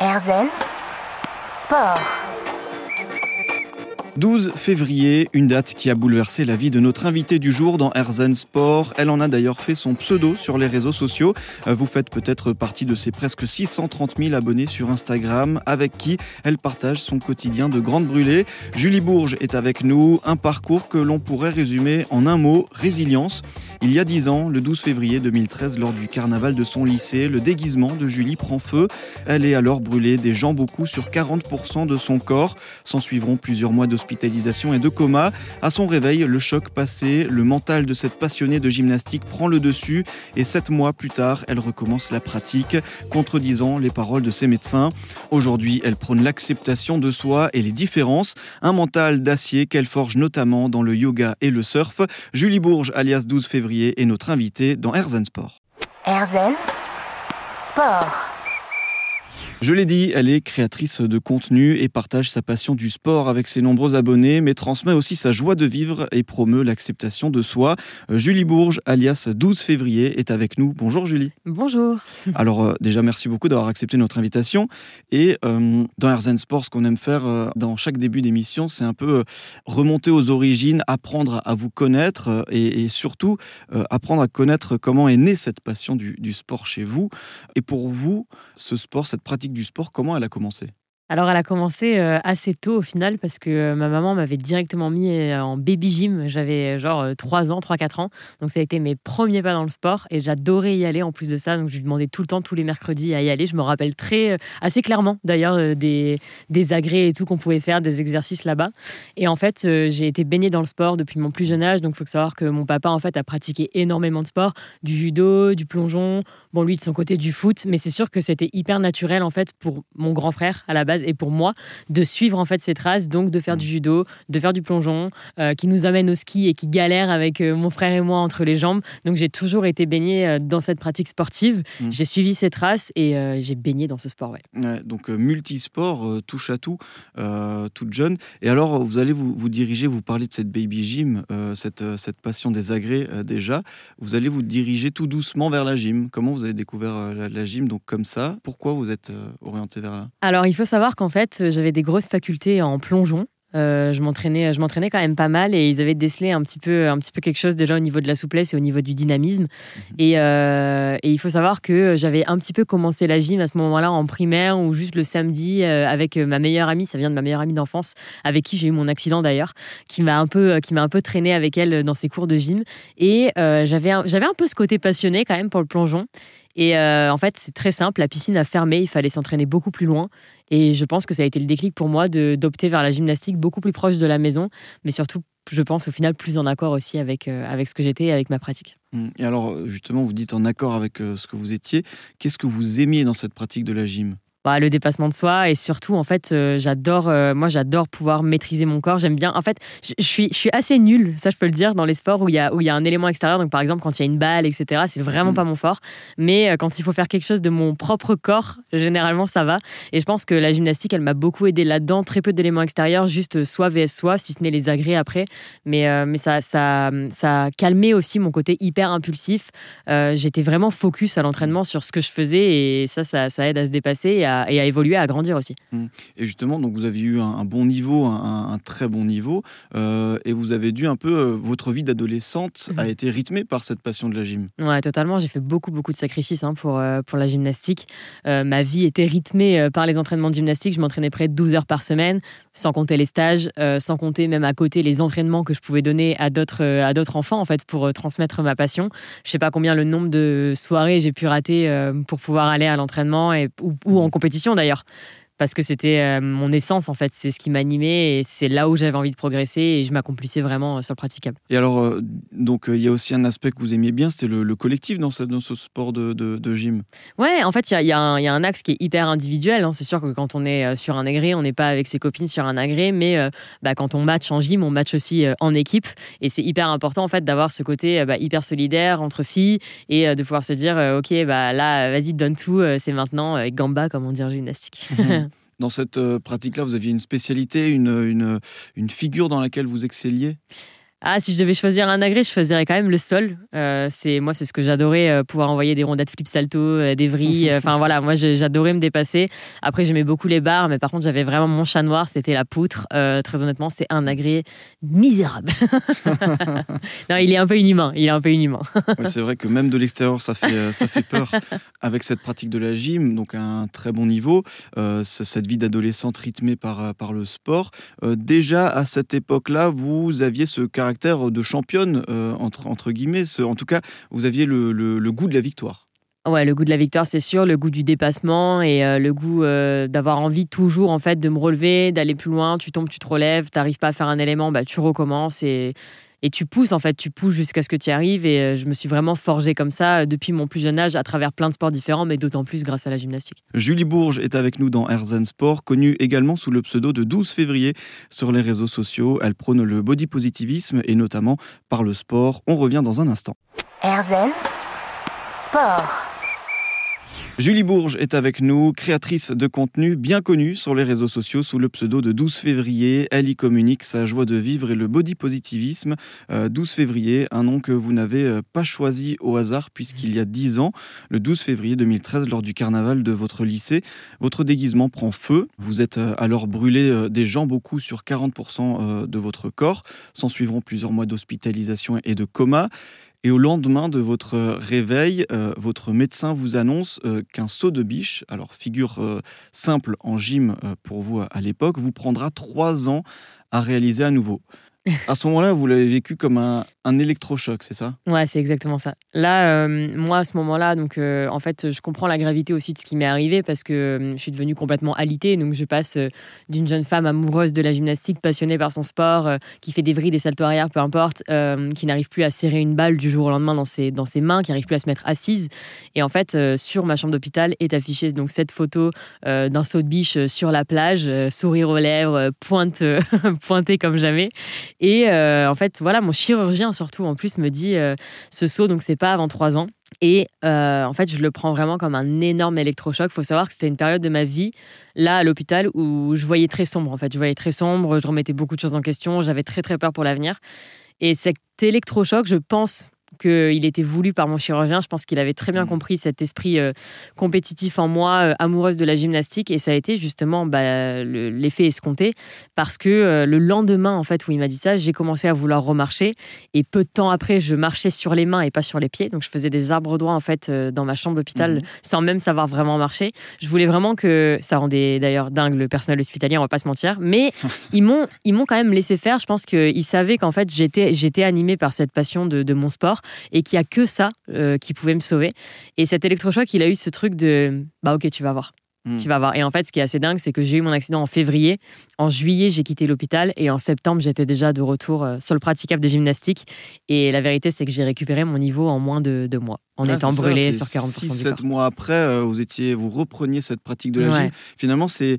Erzen Sport. 12 février, une date qui a bouleversé la vie de notre invitée du jour dans Erzen Sport. Elle en a d'ailleurs fait son pseudo sur les réseaux sociaux. Vous faites peut-être partie de ses presque 630 000 abonnés sur Instagram, avec qui elle partage son quotidien de grande brûlée. Julie Bourges est avec nous, un parcours que l'on pourrait résumer en un mot, résilience. Il y a 10 ans, le 12 février 2013, lors du carnaval de son lycée, le déguisement de Julie prend feu. Elle est alors brûlée des jambes au cou sur 40% de son corps. S'en suivront plusieurs mois d'hospitalisation et de coma. À son réveil, le choc passé, le mental de cette passionnée de gymnastique prend le dessus et 7 mois plus tard, elle recommence la pratique, contredisant les paroles de ses médecins. Aujourd'hui, elle prône l'acceptation de soi et les différences, un mental d'acier qu'elle forge notamment dans le yoga et le surf. Julie Bourges, alias 12 février, est notre invitée dans Erzen Sport. Erzen Sport. Je l'ai dit, elle est créatrice de contenu et partage sa passion du sport avec ses nombreux abonnés, mais transmet aussi sa joie de vivre et promeut l'acceptation de soi. Julie Bourges, alias 12 février, est avec nous. Bonjour Julie. Bonjour. Alors déjà, merci beaucoup d'avoir accepté notre invitation. Et dans Erzen Sport, ce qu'on aime faire dans chaque début d'émission, c'est un peu remonter aux origines, apprendre à vous connaître et surtout apprendre à connaître comment est née cette passion du sport chez vous. Et pour vous, ce sport, cette pratique du sport, comment elle a commencé ? Alors, elle a commencé assez tôt au final parce que ma maman m'avait directement mis en baby gym. J'avais 3-4 ans. Donc, ça a été mes premiers pas dans le sport et j'adorais y aller en plus de ça. Donc, je lui demandais tout le temps, tous les mercredis à y aller. Je me rappelle assez clairement d'ailleurs des agrès et tout qu'on pouvait faire, des exercices là-bas. Et en fait, j'ai été baignée dans le sport depuis mon plus jeune âge. Donc, il faut savoir que mon papa en fait a pratiqué énormément de sport, du judo, du plongeon. Bon, lui de son côté du foot, mais c'est sûr que c'était hyper naturel en fait pour mon grand frère à la base et pour moi de suivre en fait ses traces, donc de faire du judo, de faire du plongeon, qui nous amène au ski et qui galère avec mon frère et moi entre les jambes. Donc j'ai toujours été baignée dans cette pratique sportive. J'ai suivi ses traces et j'ai baigné dans ce sport. Ouais, donc multisport, touche à tout, toute jeune. Et alors vous allez vous diriger, vous parlez de cette baby gym, cette passion des agrès déjà. Vous allez vous diriger tout doucement vers la gym. Comment vous avez découvert la gym donc comme ça ? Pourquoi vous êtes orienté vers là ? Alors, il faut savoir qu'en fait, j'avais des grosses facultés en plongeon. Je m'entraînais quand même pas mal et ils avaient décelé un petit peu quelque chose déjà au niveau de la souplesse et au niveau du dynamisme. Et il faut savoir que j'avais un petit peu commencé la gym à ce moment-là en primaire ou juste le samedi avec ma meilleure amie, ça vient de ma meilleure amie d'enfance avec qui j'ai eu mon accident d'ailleurs, qui m'a un peu traîné avec elle dans ses cours de gym. Et j'avais un peu ce côté passionné quand même pour le plongeon. Et en fait, c'est très simple, la piscine a fermé, il fallait s'entraîner beaucoup plus loin. Et je pense que ça a été le déclic pour moi d'opter vers la gymnastique beaucoup plus proche de la maison, mais surtout, je pense au final plus en accord aussi avec ce que j'étais et avec ma pratique. Et alors, justement, vous dites en accord avec ce que vous étiez. Qu'est-ce que vous aimiez dans cette pratique de la gym ? Le dépassement de soi et surtout en fait j'adore pouvoir maîtriser mon corps. J'aime bien en fait je suis assez nulle, ça je peux le dire, dans les sports où il y a un élément extérieur. Donc par exemple quand il y a une balle, etc., c'est vraiment pas mon fort, mais quand il faut faire quelque chose de mon propre corps, généralement ça va. Et je pense que la gymnastique elle m'a beaucoup aidée là-dedans. Très peu d'éléments extérieurs, juste soi vs soi, si ce n'est les agrès après, mais ça a calmé aussi mon côté hyper impulsif. J'étais vraiment focus à l'entraînement sur ce que je faisais et ça aide à se dépasser et à évoluer, à grandir aussi. Et justement, donc vous avez eu un bon niveau, un très bon niveau, et vous avez dû un peu, votre vie d'adolescente a été rythmée par cette passion de la gym. Ouais, totalement. J'ai fait beaucoup de sacrifices pour la gymnastique. Ma vie était rythmée par les entraînements de gymnastique. Je m'entraînais près de 12 heures par semaine, sans compter les stages, sans compter même à côté les entraînements que je pouvais donner à d'autres enfants en fait, pour transmettre ma passion. Je sais pas combien le nombre de soirées j'ai pu rater pour pouvoir aller à l'entraînement ou en compétition d'ailleurs. Parce que c'était mon essence en fait, c'est ce qui m'animait et c'est là où j'avais envie de progresser et je m'accomplissais vraiment sur le praticable. Et alors, donc il y a aussi un aspect que vous aimiez bien, c'était le collectif dans ce sport de gym. Ouais, en fait, il y a un axe qui est hyper individuel. Hein. C'est sûr que quand on est sur un agrès, on n'est pas avec ses copines sur un agrès, mais quand on match en gym, on match aussi en équipe. Et c'est hyper important en fait d'avoir ce côté hyper solidaire entre filles et de pouvoir se dire ok, là, vas-y, donne tout, c'est maintenant, gamba, comme on dit en gymnastique. Dans cette pratique-là, vous aviez une spécialité, une figure dans laquelle vous excelliez ? Ah, si je devais choisir un agrès, je choisirais quand même le sol. C'est ce que j'adorais, pouvoir envoyer des rondades flip salto, des vrilles. Enfin voilà, moi j'adorais me dépasser. Après, j'aimais beaucoup les barres, mais par contre, j'avais vraiment mon chat noir, c'était la poutre. Très honnêtement, c'est un agrès misérable. Non, il est un peu inhumain. Ouais, c'est vrai que même de l'extérieur, ça fait peur avec cette pratique de la gym, donc à un très bon niveau. Cette vie d'adolescente rythmée par le sport. Déjà à cette époque-là, vous aviez ce caractère de championne, entre guillemets. En tout cas, vous aviez le goût de la victoire. Ouais, le goût de la victoire, c'est sûr, le goût du dépassement et le goût d'avoir envie toujours en fait de me relever, d'aller plus loin. Tu tombes, tu te relèves, t'arrives pas à faire un élément, bah tu recommences et tu pousses en fait, tu pousses jusqu'à ce que tu y arrives. Et je me suis vraiment forgée comme ça depuis mon plus jeune âge à travers plein de sports différents, mais d'autant plus grâce à la gymnastique. Julie Bourges est avec nous dans Herzen Sport, connue également sous le pseudo de 12 février sur les réseaux sociaux. Elle prône le body positivisme et notamment par le sport. On revient dans un instant. Herzen Sport. Julie Bourges est avec nous, créatrice de contenu bien connue sur les réseaux sociaux sous le pseudo de 12 février. Elle y communique sa joie de vivre et le body positivisme. 12 février, un nom que vous n'avez pas choisi au hasard puisqu'il y a 10 ans, le 12 février 2013, lors du carnaval de votre lycée, votre déguisement prend feu. Vous êtes alors brûlé des jambes au cou sur 40% de votre corps. S'en suivront plusieurs mois d'hospitalisation et de coma. Et au lendemain de votre réveil, votre médecin vous annonce qu'un saut de biche, alors figure simple en gym pour vous à l'époque, vous prendra 3 ans à réaliser à nouveau. À ce moment-là, vous l'avez vécu comme un électrochoc, c'est ça ? Ouais, c'est exactement ça. Là, moi, à ce moment-là, donc, en fait, je comprends la gravité aussi de ce qui m'est arrivé parce que je suis devenue complètement alitée. Donc, je passe d'une jeune femme amoureuse de la gymnastique, passionnée par son sport, qui fait des vrilles, des saltos arrière, peu importe, qui n'arrive plus à serrer une balle du jour au lendemain dans ses mains, qui n'arrive plus à se mettre assise. Et en fait, sur ma chambre d'hôpital est affichée donc, cette photo d'un saut de biche sur la plage, sourire aux lèvres, pointé comme jamais. Et en fait, voilà, mon chirurgien surtout en plus me dit ce saut, donc c'est pas avant 3 ans. Et en fait, je le prends vraiment comme un énorme électrochoc. Il faut savoir que c'était une période de ma vie, là, à l'hôpital, où je voyais très sombre. En fait, je voyais très sombre, je remettais beaucoup de choses en question, j'avais très très peur pour l'avenir. Et cet électrochoc, je pense qu'il était voulu par mon chirurgien. Je pense qu'il avait très bien compris cet esprit compétitif en moi, amoureuse de la gymnastique. Et ça a été justement l'effet escompté parce que le lendemain, en fait, où il m'a dit ça, j'ai commencé à vouloir remarcher. Et peu de temps après, je marchais sur les mains et pas sur les pieds. Donc, je faisais des arbres droits, en fait, dans ma chambre d'hôpital sans même savoir vraiment marcher. Je voulais vraiment que... Ça rendait d'ailleurs dingue le personnel hospitalier, on va pas se mentir. Mais ils m'ont quand même laissé faire. Je pense qu'ils savaient qu'en fait, j'étais animée par cette passion de mon sport. Et qu'il n'y a que ça qui pouvait me sauver. Et cet électrochoc, il a eu ce truc de « bah ok, tu vas voir ». Tu vas voir. Et en fait, ce qui est assez dingue, c'est que j'ai eu mon accident en février. En juillet, j'ai quitté l'hôpital. Et en septembre, j'étais déjà de retour sur le praticable de gymnastique. Et la vérité, c'est que j'ai récupéré mon niveau en moins de 2 mois. En étant brûlé sur 40% du corps. 7 mois après, vous repreniez cette pratique de la gym. Finalement, c'est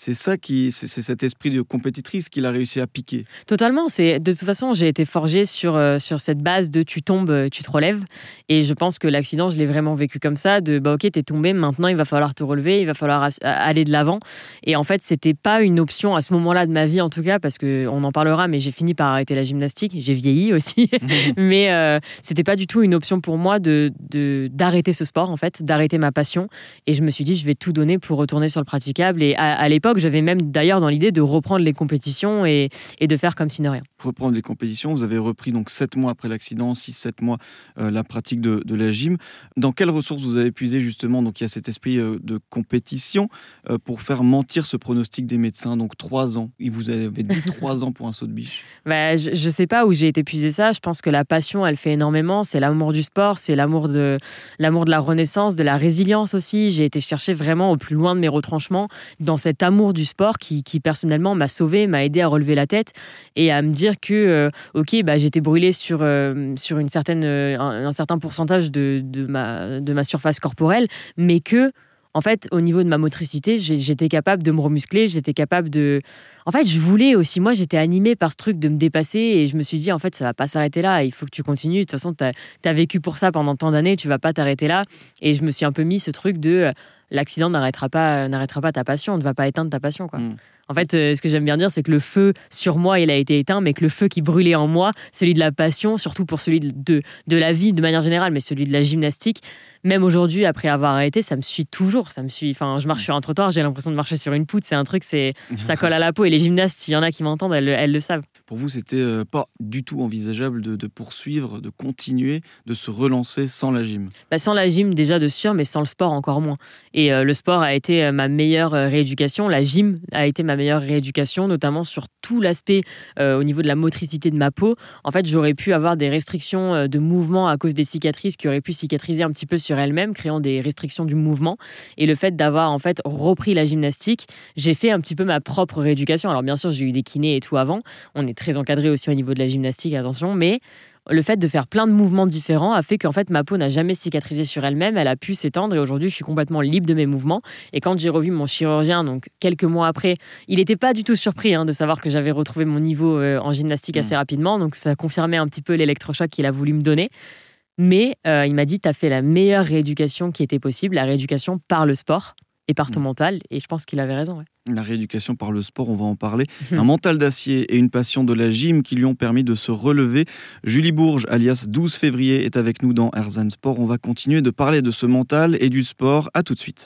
cet esprit de compétitrice qu'il a réussi à piquer. Totalement. De toute façon, j'ai été forgée sur cette base de tu tombes, tu te relèves. Et je pense que l'accident, je l'ai vraiment vécu comme ça. Ok, t'es tombé, maintenant il va falloir te relever, il va falloir aller de l'avant. Et en fait, c'était pas une option à ce moment-là de ma vie, en tout cas, parce qu'on en parlera, mais j'ai fini par arrêter la gymnastique. J'ai vieilli aussi. Mais c'était pas du tout une option pour moi d'arrêter ce sport, en fait, d'arrêter ma passion. Et je me suis dit, je vais tout donner pour retourner sur le praticable. Et à l'époque, j'avais même d'ailleurs dans l'idée de reprendre les compétitions et de faire comme si de rien. Reprendre les compétitions, vous avez repris donc 7 mois après l'accident, 6-7 mois la pratique de la gym. Dans quelles ressources vous avez puisé justement? Donc il y a cet esprit de compétition pour faire mentir ce pronostic des médecins, donc 3 ans. Ils vous avaient dit 3 ans pour un saut de biche. Je sais pas où j'ai été puiser ça. Je pense que la passion, elle fait énormément. C'est l'amour du sport, c'est l'amour de la renaissance, de la résilience aussi. J'ai été chercher vraiment au plus loin de mes retranchements dans cet amour du sport qui personnellement m'a sauvé, m'a aidé à relever la tête et à me dire que j'étais brûlée sur un certain pourcentage de ma surface corporelle, mais que en fait, au niveau de ma motricité, j'étais capable de me remuscler, j'étais capable de... En fait, je voulais aussi... Moi, j'étais animée par ce truc de me dépasser et je me suis dit, en fait, ça va pas s'arrêter là, il faut que tu continues. De toute façon, t'as vécu pour ça pendant tant d'années, tu vas pas t'arrêter là. Et je me suis un peu mis ce truc de... L'accident n'arrêtera pas ta passion, ne va pas éteindre ta passion, quoi. En fait, ce que j'aime bien dire, c'est que le feu sur moi, il a été éteint, mais que le feu qui brûlait en moi, celui de la passion, surtout pour celui de la vie de manière générale, mais celui de la gymnastique, même aujourd'hui, après avoir arrêté, ça me suit toujours. Enfin, je marche sur un trottoir, j'ai l'impression de marcher sur une poutre. C'est un truc, ça colle à la peau. Et les gymnastes, s'il y en a qui m'entendent, elles le savent. Pour vous, c'était pas du tout envisageable de poursuivre, de continuer, de se relancer sans la gym? Sans la gym, déjà de sûr, mais sans le sport encore moins. Et le sport a été ma meilleure rééducation. La gym a été ma meilleure rééducation, notamment sur tout l'aspect au niveau de la motricité de ma peau. En fait, j'aurais pu avoir des restrictions de mouvement à cause des cicatrices qui auraient pu cicatriser un petit peu sur elles-mêmes, créant des restrictions du mouvement. Et le fait d'avoir en fait repris la gymnastique, j'ai fait un petit peu ma propre rééducation. Alors bien sûr, j'ai eu des kinés et tout avant. On est très encadré aussi au niveau de la gymnastique, attention, mais le fait de faire plein de mouvements différents a fait qu'en fait ma peau n'a jamais cicatrisé sur elle-même, elle a pu s'étendre et aujourd'hui je suis complètement libre de mes mouvements. Et quand j'ai revu mon chirurgien, donc quelques mois après, il n'était pas du tout surpris de savoir que j'avais retrouvé mon niveau en gymnastique assez rapidement, donc ça confirmait un petit peu l'électrochoc qu'il a voulu me donner. Mais il m'a dit, tu as fait la meilleure rééducation qui était possible, la rééducation par le sport et par ton mental. Et je pense qu'il avait raison. Ouais. La rééducation par le sport, on va en parler. Un mental d'acier et une passion de la gym qui lui ont permis de se relever. Julie Bourges, alias 12 février, est avec nous dans Erzen Sport. On va continuer de parler de ce mental et du sport. À tout de suite.